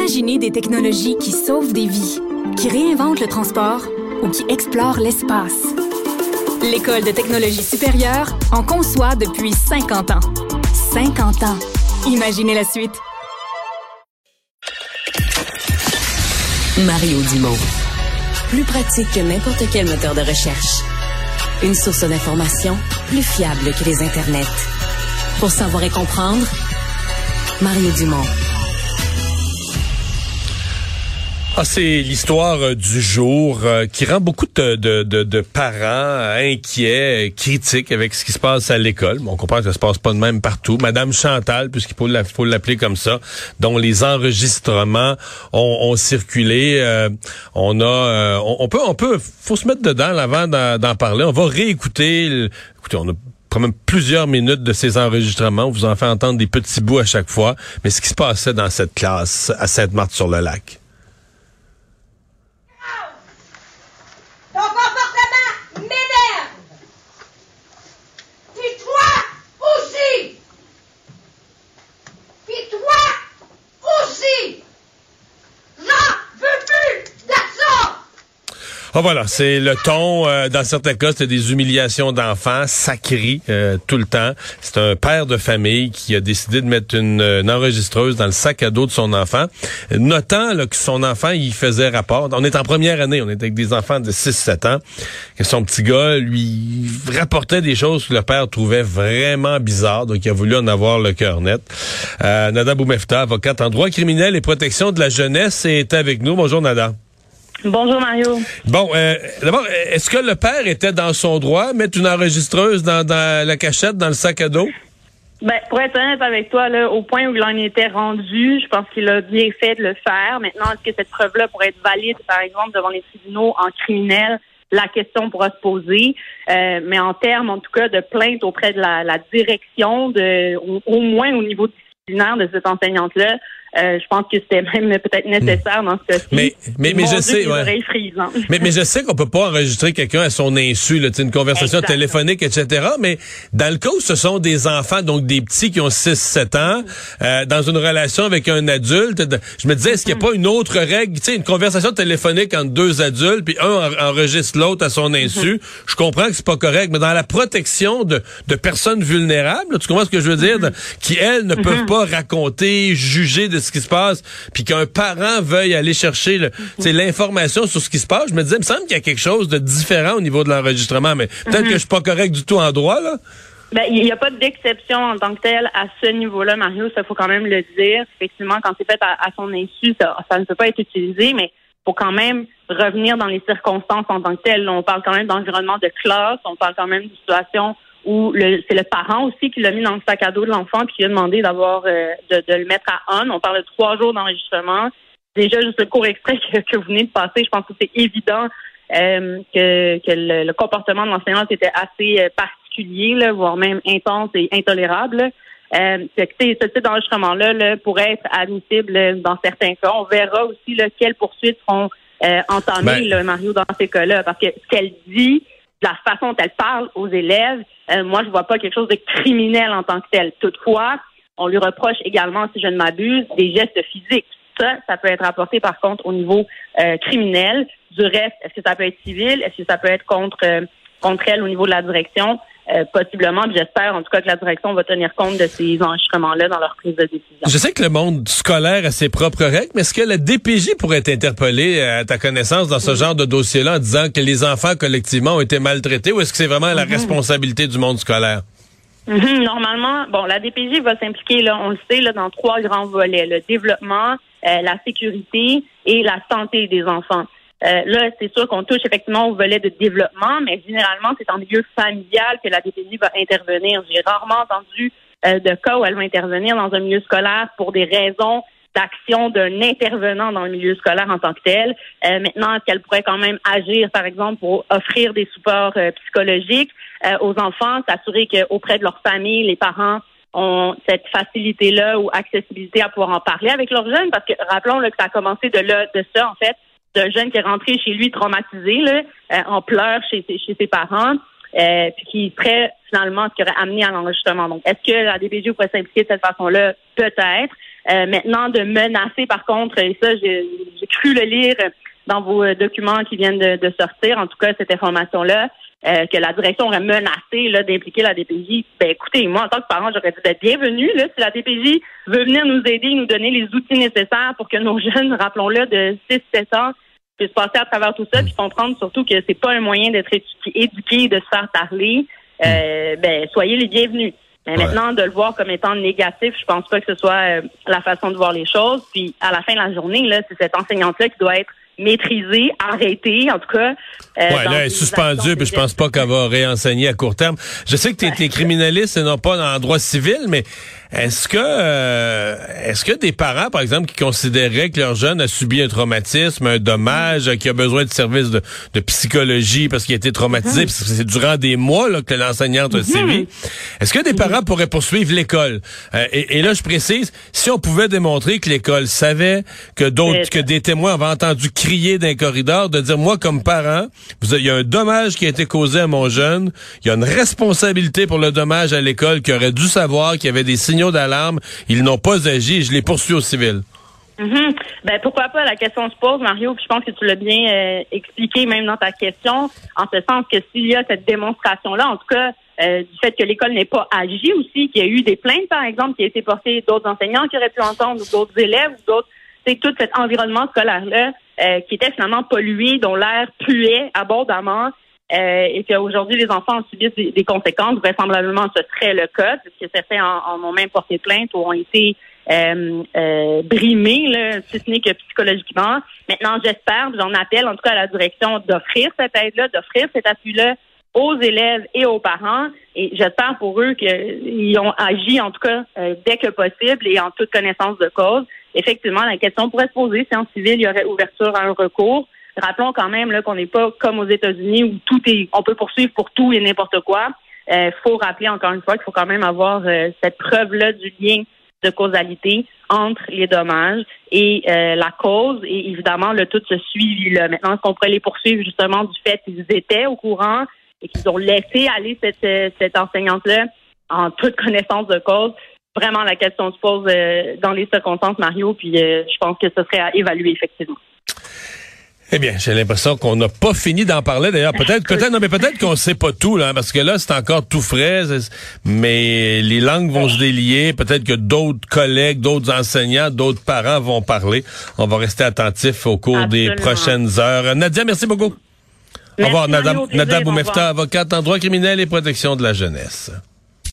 Imaginez des technologies qui sauvent des vies, qui réinventent le transport ou qui explorent l'espace. L'École de technologie supérieure en conçoit depuis 50 ans. 50 ans. Imaginez la suite. Mario Dumont. Plus pratique que n'importe quel moteur de recherche. Une source d'information plus fiable que les internets. Pour savoir et comprendre, Mario Dumont. C'est l'histoire du jour qui rend beaucoup de parents inquiets, critiques avec ce qui se passe à l'école. On comprend que ça se passe pas de même partout. Madame Chantal, puisqu'il faut l'appeler comme ça, dont les enregistrements ont circulé. Faut se mettre dedans avant d'en parler. On va réécouter. Écoutez, on a quand même plusieurs minutes de ces enregistrements. On vous en fait entendre des petits bouts à chaque fois. Mais ce qui se passait dans cette classe à Sainte-Marthe-sur-le-Lac. Ton comportement m'énerve. Puis toi aussi. Puis toi aussi. J'en veux plus de ça. Voilà, c'est le ton. Dans certains cas, c'était des humiliations d'enfants. Ça crie tout le temps. C'est un père de famille qui a décidé de mettre une enregistreuse dans le sac à dos de son enfant, notant là, que son enfant, il faisait rapport. On est en première année, on est avec des enfants de 6-7 ans, que son petit gars, lui, rapportait des choses que le père trouvait vraiment bizarres, donc il a voulu en avoir le cœur net. Nada Boumefta, avocate en droit criminel et protection de la jeunesse, est avec nous. Bonjour, Nada. Bonjour Mario. Bon, d'abord, est-ce que le père était dans son droit, mettre une enregistreuse dans la cachette, dans le sac à dos? Ben, pour être honnête avec toi, là, au point où il en était rendu, je pense qu'il a bien fait de le faire. Maintenant, est-ce que cette preuve-là pourrait être valide, par exemple, devant les tribunaux en criminel? La question pourra se poser. Mais en termes, en tout cas, de plainte auprès de la direction, au moins au niveau disciplinaire de cette enseignante-là, je pense que c'était même peut-être nécessaire dans ce cas-ci. Mais je sais, ouais. mais je sais qu'on peut pas enregistrer quelqu'un à son insu, là, une conversation téléphonique, etc. Mais dans le cas où ce sont des enfants, donc des petits qui ont 6-7 ans, dans une relation avec un adulte, je me disais, est-ce qu'il n'y a pas une autre règle, une conversation téléphonique entre deux adultes, puis un enregistre l'autre à son insu. Je comprends que c'est pas correct, mais dans la protection de personnes vulnérables, là, tu comprends ce que je veux dire, qui elles ne peuvent pas raconter, juger de ce qui se passe, puis qu'un parent veuille aller chercher l'information sur ce qui se passe, je me disais, il me semble qu'il y a quelque chose de différent au niveau de l'enregistrement, mais peut-être que je suis pas correct du tout en droit, là. Ben, il n'y a pas d'exception en tant que telle à ce niveau-là, Mario, ça faut quand même le dire. Effectivement, quand c'est fait à son insu, ça ne peut pas être utilisé, mais faut quand même revenir dans les circonstances en tant que telles. On parle quand même d'environnement de classe, on parle quand même d'une situation où c'est le parent aussi qui l'a mis dans le sac à dos de l'enfant puis qui a demandé d'avoir de le mettre à on. On parle de 3 jours d'enregistrement. Déjà, juste le court extrait que vous venez de passer, je pense que c'est évident que le comportement de l'enseignante était assez particulier, là, voire même intense et intolérable. Ce type d'enregistrement-là pourrait être admissible dans certains cas. On verra aussi quelles poursuites seront entamées, Mario, dans ces cas-là. Parce que ce qu'elle dit, de la façon dont elle parle aux élèves, moi, je vois pas quelque chose de criminel en tant que tel. Toutefois, on lui reproche également, si je ne m'abuse, des gestes physiques. Ça peut être rapporté, par contre, au niveau criminel. Du reste, est-ce que ça peut être civil? Est-ce que ça peut être contre elle au niveau de la direction? Possiblement, puis j'espère en tout cas que la direction va tenir compte de ces enregistrements-là dans leur prise de décision. Je sais que le monde scolaire a ses propres règles, mais est-ce que la DPJ pourrait être interpellée à ta connaissance dans ce genre de dossier-là en disant que les enfants collectivement ont été maltraités, ou est-ce que c'est vraiment la responsabilité du monde scolaire? Normalement, la DPJ va s'impliquer, là, on le sait, là, dans 3 grands volets: le développement, la sécurité et la santé des enfants. Là, c'est sûr qu'on touche effectivement au volet de développement, mais généralement, c'est en milieu familial que la DPJ va intervenir. J'ai rarement entendu de cas où elle va intervenir dans un milieu scolaire pour des raisons d'action d'un intervenant dans le milieu scolaire en tant que tel. Maintenant, est-ce qu'elle pourrait quand même agir, par exemple, pour offrir des supports psychologiques aux enfants, s'assurer qu'auprès de leur famille, les parents ont cette facilité-là ou accessibilité à pouvoir en parler avec leurs jeunes? Parce que rappelons là, que ça a commencé de ça, en fait, d'un jeune qui est rentré chez lui traumatisé, là, en pleurs chez ses parents, puis qui serait finalement ce qui aurait amené à l'enregistrement. Donc, est-ce que la DPJ pourrait s'impliquer de cette façon-là? Peut-être. Maintenant, de menacer, par contre, et ça, j'ai cru le lire dans vos documents qui viennent de sortir, en tout cas, cette information-là, que la direction aurait menacé là, d'impliquer la DPJ. Ben écoutez, moi, en tant que parent, j'aurais dit bienvenue. Là, si la DPJ veut venir nous aider, nous donner les outils nécessaires pour que nos jeunes, rappelons-le, de 6-7 ans, puissent passer à travers tout ça, puis comprendre surtout que c'est pas un moyen d'être éduqué et de se faire parler, soyez les bienvenus. Mais maintenant, de le voir comme étant négatif, je pense pas que ce soit la façon de voir les choses. Puis à la fin de la journée, là, c'est cette enseignante-là qui doit être maîtrisée, arrêtée, en tout cas. Là, elle est suspendue, puis je pense pas qu'elle va réenseigner à court terme. Je sais que tu es criminaliste et non pas en droit civil, mais est-ce que des parents, par exemple, qui considéraient que leur jeune a subi un traumatisme, un dommage, qui a besoin de services de psychologie parce qu'il a été traumatisé, parce que c'est durant des mois là, que l'enseignante a sévi, est-ce que des parents pourraient poursuivre l'école? Et là, je précise, si on pouvait démontrer que l'école savait que des témoins avaient entendu crier d'un corridor, de dire, moi, comme parent, il y a un dommage qui a été causé à mon jeune, il y a une responsabilité pour le dommage à l'école qui aurait dû savoir qu'il y avait des signaux d'alarme, ils n'ont pas agi, je les poursuis au civil. Ben pourquoi pas, la question se pose, Mario, puis je pense que tu l'as bien expliqué même dans ta question, en ce sens que s'il y a cette démonstration-là, en tout cas, du fait que l'école n'ait pas agi aussi, qu'il y a eu des plaintes, par exemple, qui a été portées d'autres enseignants qui auraient pu entendre, ou d'autres élèves, ou d'autres, c'est tout cet environnement scolaire-là qui était finalement pollué, dont l'air puait abondamment, et qu'aujourd'hui, les enfants subissent des conséquences. Vraisemblablement, ce serait le cas, puisque certains en ont même porté plainte ou ont été brimés, là, si ce n'est que psychologiquement. Maintenant, j'espère, j'en appelle en tout cas à la direction d'offrir cette aide-là, d'offrir cet appui-là aux élèves et aux parents. Et j'espère pour eux qu'ils ont agi, en tout cas, dès que possible et en toute connaissance de cause. Effectivement, la question pourrait se poser si en civil, il y aurait ouverture à un recours. Rappelons quand même là qu'on n'est pas comme aux États-Unis où on peut poursuivre pour tout et n'importe quoi. Faut rappeler encore une fois qu'il faut quand même avoir cette preuve-là du lien de causalité entre les dommages et la cause et évidemment le tout ce suivi-là. Maintenant, est-ce qu'on pourrait les poursuivre justement du fait qu'ils étaient au courant et qu'ils ont laissé aller cette enseignante-là en toute connaissance de cause? Vraiment, la question se pose dans les circonstances, Mario, puis je pense que ce serait à évaluer effectivement. Eh bien, j'ai l'impression qu'on n'a pas fini d'en parler. D'ailleurs, peut-être qu'on sait pas tout, là, parce que là, c'est encore tout frais, mais les langues vont se délier. Peut-être que d'autres collègues, d'autres enseignants, d'autres parents vont parler. On va rester attentifs au cours des prochaines heures. Nadia, merci beaucoup. Merci, au revoir, Mario, Nada Boumefta, avocate en droit criminel et protection de la jeunesse.